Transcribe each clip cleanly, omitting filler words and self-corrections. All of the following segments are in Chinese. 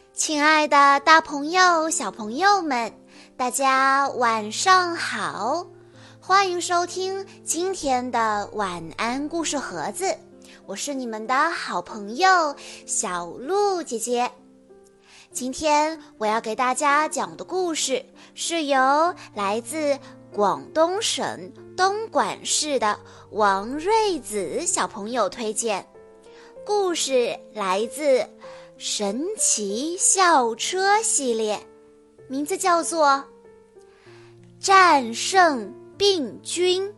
亲爱的大朋友、小朋友们，大家晚上好！欢迎收听今天的晚安故事盒子，我是你们的好朋友小鹿姐姐。今天我要给大家讲的故事是由来自广东省东莞市的王瑞子小朋友推荐，故事来自神奇校车系列，名字叫做战胜病菌。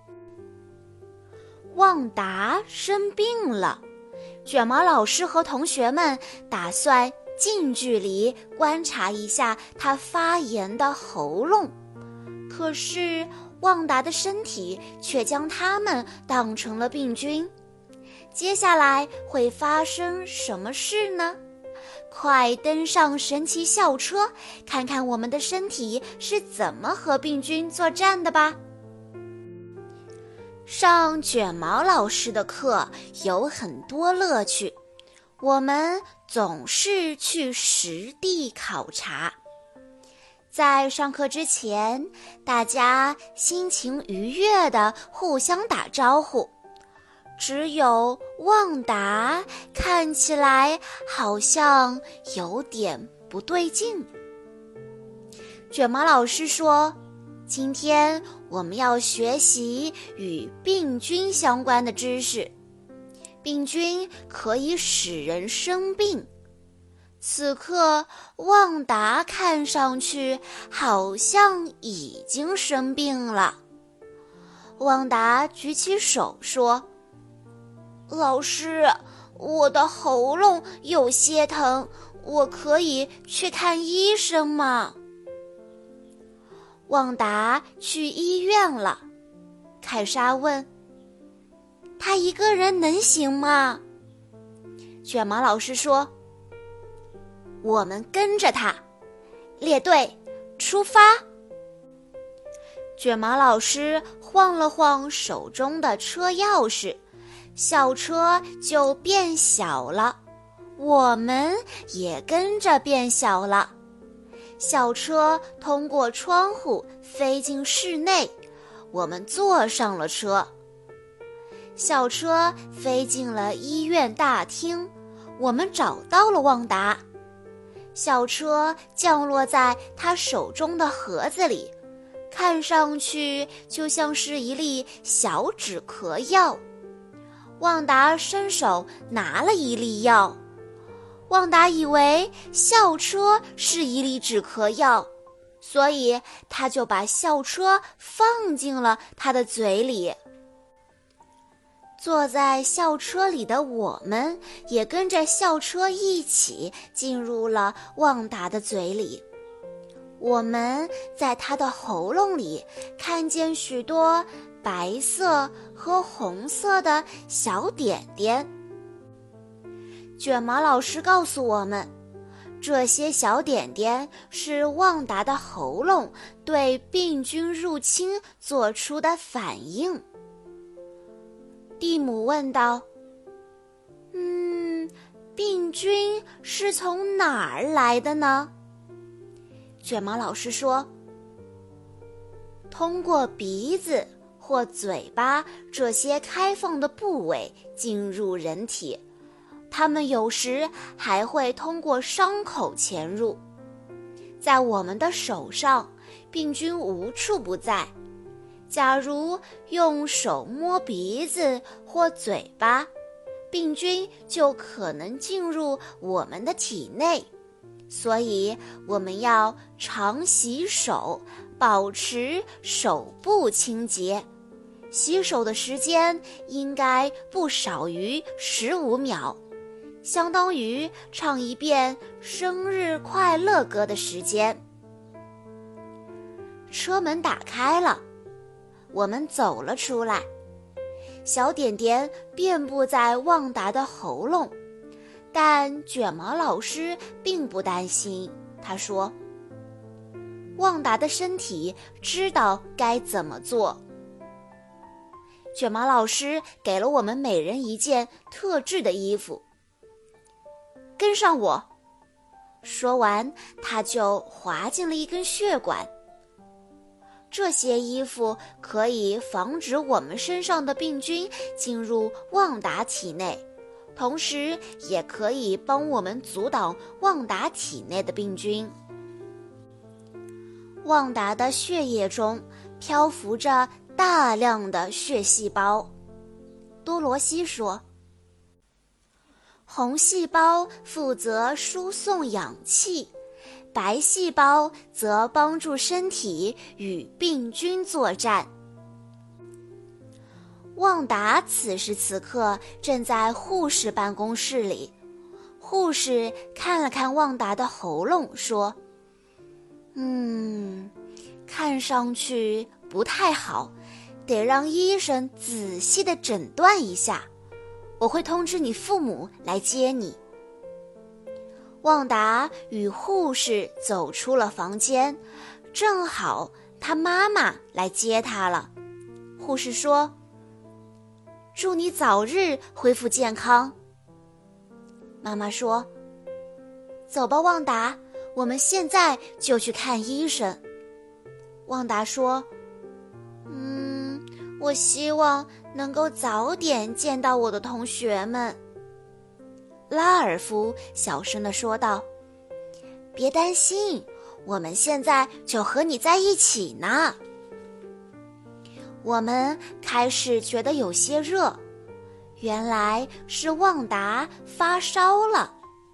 旺达生病了，卷毛老师和同学们打算近距离观察一下他发炎的喉咙，可是旺达的身体却将他们当成了病菌。接下来会发生什么事呢？快登上神奇校车，看看我们的身体是怎么和病菌作战的吧。上卷毛老师的课有很多乐趣，我们总是去实地考察。在上课之前，大家心情愉悦地互相打招呼，只有旺达看起来好像有点不对劲。卷毛老师说，今天我们要学习与病菌相关的知识。病菌可以使人生病。此刻，旺达看上去好像已经生病了。旺达举起手说，老师，我的喉咙有些疼，我可以去看医生吗？旺达去医院了。凯莎问，他一个人能行吗？卷毛老师说，我们跟着他，列队出发。卷毛老师晃了晃手中的车钥匙，校车就变小了，我们也跟着变小了。校车通过窗户飞进室内，我们坐上了车。校车飞进了医院大厅，我们找到了旺达。校车降落在他手中的盒子里，看上去就像是一粒小止咳药。旺达伸手拿了一粒药，旺达以为校车是一粒止咳药，所以他就把校车放进了他的嘴里。坐在校车里的我们也跟着校车一起进入了旺达的嘴里。我们在他的喉咙里看见许多白色和红色的小点点。卷毛老师告诉我们，这些小点点是旺达的喉咙对病菌入侵做出的反应。蒂姆问道，病菌是从哪儿来的呢？卷毛老师说，通过鼻子或嘴巴这些开放的部位进入人体，它们有时还会通过伤口潜入。在我们的手上，病菌无处不在。假如用手摸鼻子或嘴巴，病菌就可能进入我们的体内。所以我们要常洗手，保持手部清洁。洗手的时间应该不少于15秒，相当于唱一遍生日快乐歌的时间。车门打开了，我们走了出来。小点点遍布在旺达的喉咙，但卷毛老师并不担心。他说，旺达的身体知道该怎么做。卷毛老师给了我们每人一件特制的衣服。跟上我， 说完，他就滑进了一根血管。这些衣服可以防止我们身上的病菌进入旺达体内，同时也可以帮我们阻挡旺达体内的病菌。旺达的血液中漂浮着大量的血细胞。多罗西说，红细胞负责输送氧气，白细胞则帮助身体与病菌作战。旺达此时此刻正在护士办公室里，护士看了看旺达的喉咙，说：“看上去不太好，得让医生仔细地诊断一下。我会通知你父母来接你。”旺达与护士走出了房间，正好他妈妈来接他了。护士说：“祝你早日恢复健康。”妈妈说：“走吧，旺达，我们现在就去看医生。”旺达说：“我希望能够早点见到我的同学们。”拉尔夫小声地说道：“别担心，我们现在就和你在一起呢。”我们开始觉得有些热，原来是旺达发烧了。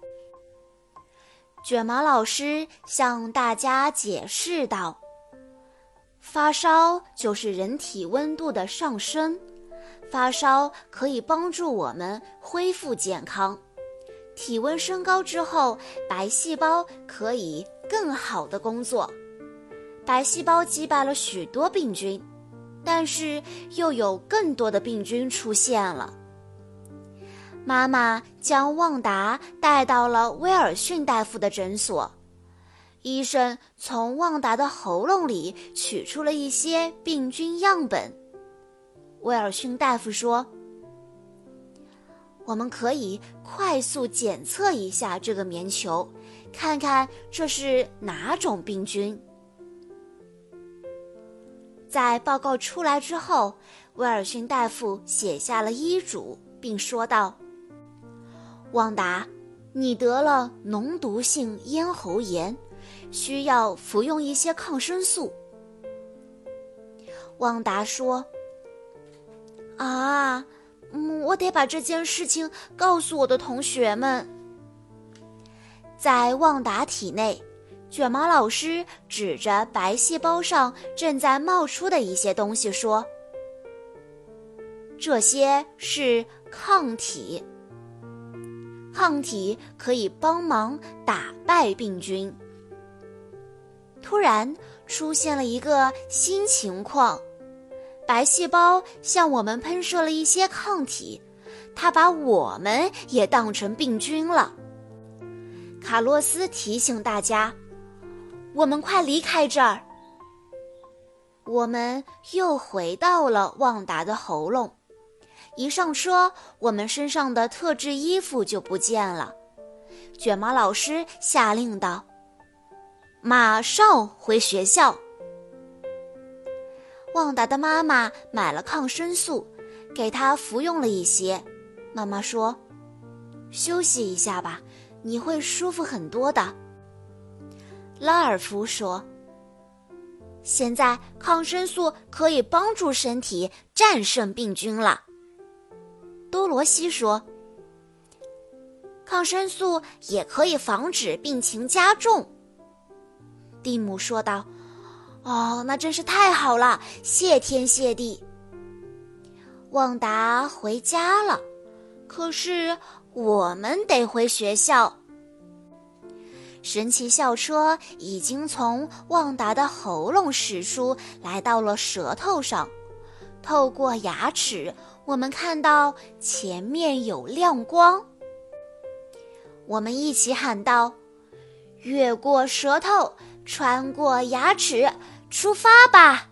卷毛老师向大家解释道：“发烧就是人体温度的上升，发烧可以帮助我们恢复健康。体温升高之后，白细胞可以更好地工作。白细胞击败了许多病菌，但是又有更多的病菌出现了。”妈妈将旺达带到了威尔逊大夫的诊所。医生从旺达的喉咙里取出了一些病菌样本。威尔逊大夫说：“我们可以快速检测一下这个棉球，看看这是哪种病菌。”在报告出来之后，威尔逊大夫写下了医嘱，并说道：“旺达，你得了脓毒性咽喉炎，需要服用一些抗生素。”旺达说：“我得把这件事情告诉我的同学们。”在旺达体内，卷毛老师指着白细胞上正在冒出的一些东西说：“这些是抗体，抗体可以帮忙打败病菌。”突然出现了一个新情况，白细胞向我们喷射了一些抗体，它把我们也当成病菌了。卡洛斯提醒大家：“我们快离开这儿。”我们又回到了旺达的喉咙。一上车，我们身上的特制衣服就不见了。卷毛老师下令道：“马上回学校。”旺达的妈妈买了抗生素，给他服用了一些。妈妈说：“休息一下吧，你会舒服很多的。”拉尔夫说：“现在抗生素可以帮助身体战胜病菌了。”多罗西说：“抗生素也可以防止病情加重。”蒂姆说道：“那真是太好了，谢天谢地。”旺达回家了，可是我们得回学校。神奇校车已经从旺达的喉咙驶出，来到了舌头上。透过牙齿，我们看到前面有亮光。我们一起喊道：“越过舌头，穿过牙齿，出发吧！”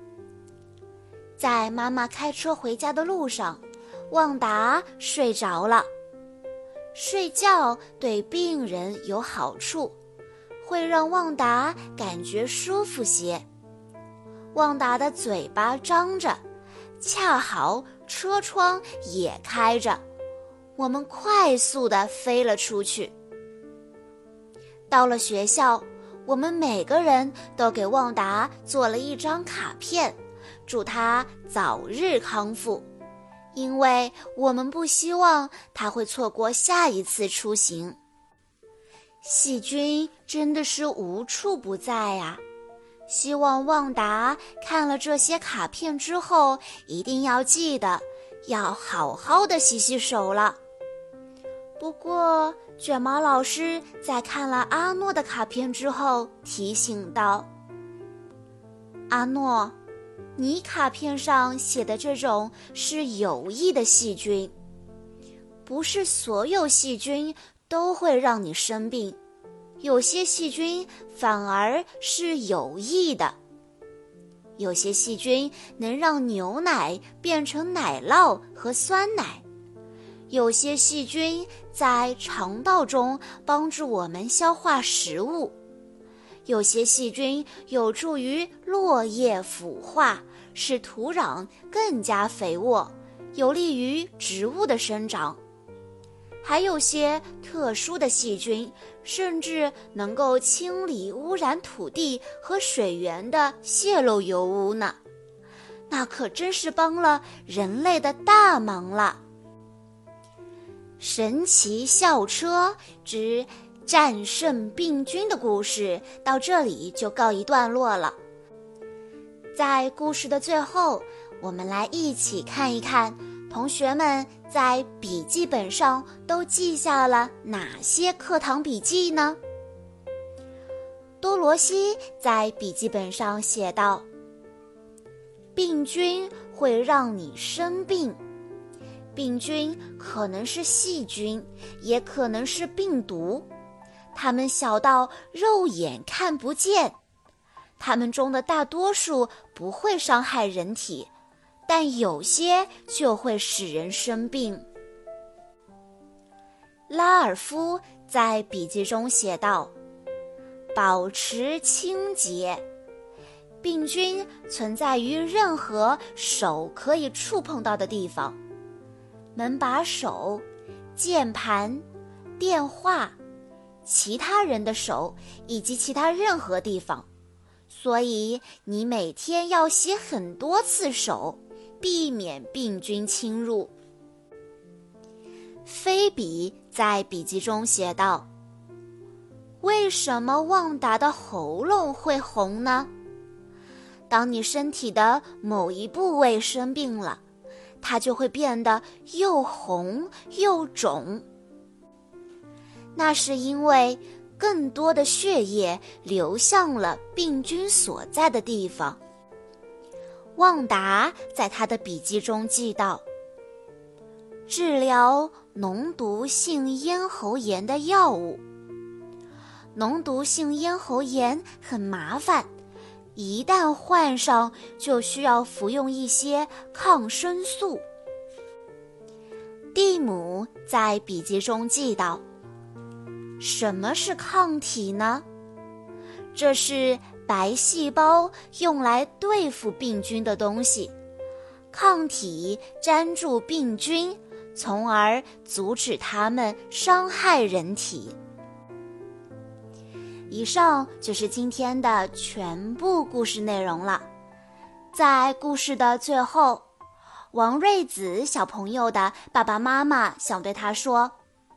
在妈妈开车回家的路上，旺达睡着了。 睡觉对病人有好处，会让旺达感觉舒服些。旺达的嘴巴张着，恰好车窗也开着，我们快速地飞了出去。到了学校，我们每个人都给旺达做了一张卡片，祝他早日康复，因为我们不希望他会错过下一次出行。细菌真的是无处不在呀，希望旺达看了这些卡片之后，一定要记得要好好的洗洗手了。不过，卷毛老师在看了阿诺的卡片之后提醒道：阿诺，你卡片上写的这种是有益的细菌，不是所有细菌都会让你生病，有些细菌反而是有益的。有些细菌能让牛奶变成奶酪和酸奶，有些细菌在肠道中帮助我们消化食物，有些细菌有助于落叶腐化，使土壤更加肥沃，有利于植物的生长。还有些特殊的细菌，甚至能够清理污染土地和水源的泄漏油污呢，那可真是帮了人类的大忙了。神奇校车之战胜病菌的故事到这里就告一段落了。在故事的最后，我们来一起看一看同学们在笔记本上都记下了哪些课堂笔记呢？多罗西在笔记本上写道：病菌会让你生病，病菌可能是细菌，也可能是病毒，它们小到肉眼看不见，它们中的大多数不会伤害人体，但有些就会使人生病。拉尔夫在笔记中写道：保持清洁，病菌存在于任何手可以触碰到的地方，门把手、键盘、电话、其他人的手以及其他任何地方，所以你每天要洗很多次手，避免病菌侵入。菲比在笔记中写道：为什么旺达的喉咙会红呢？当你身体的某一部位生病了，它就会变得又红又肿。那是因为更多的血液流向了病菌所在的地方。旺达在他的笔记中记道：治疗脓毒性咽喉炎的药物。脓毒性咽喉炎很麻烦，一旦患上就需要服用一些抗生素。蒂姆在笔记中记道：什么是抗体呢？这是白细胞用来对付病菌的东西，抗体粘住病菌，从而阻止它们伤害人体。以上就是今天的全部故事内容了。在故事的最后，王瑞子小朋友的爸爸妈妈想对他说：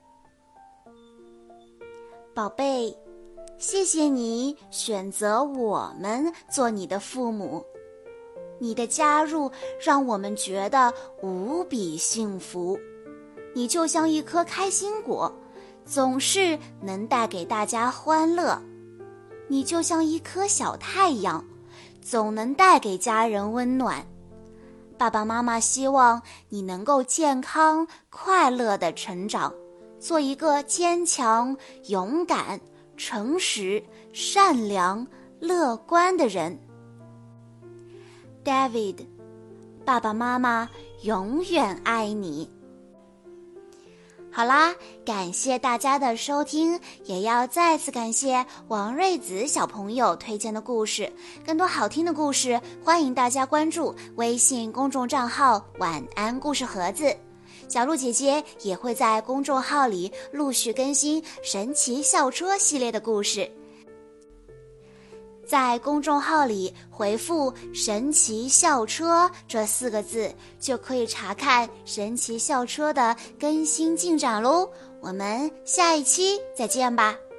宝贝，谢谢你选择我们做你的父母，你的加入让我们觉得无比幸福。你就像一颗开心果，总是能带给大家欢乐。你就像一颗小太阳，总能带给家人温暖。爸爸妈妈希望你能够健康快乐地成长，做一个坚强、勇敢、诚实、善良、乐观的人。David， 爸爸妈妈永远爱你。 好啦，感谢大家的收听，也要再次感谢王瑞子小朋友推荐的故事。更多好听的故事，欢迎大家关注微信公众账号晚安故事盒子。小鹿姐姐也会在公众号里陆续更新神奇校车系列的故事。在公众号里回复神奇校车这4个字，就可以查看神奇校车的更新进展喽。我们下一期再见吧。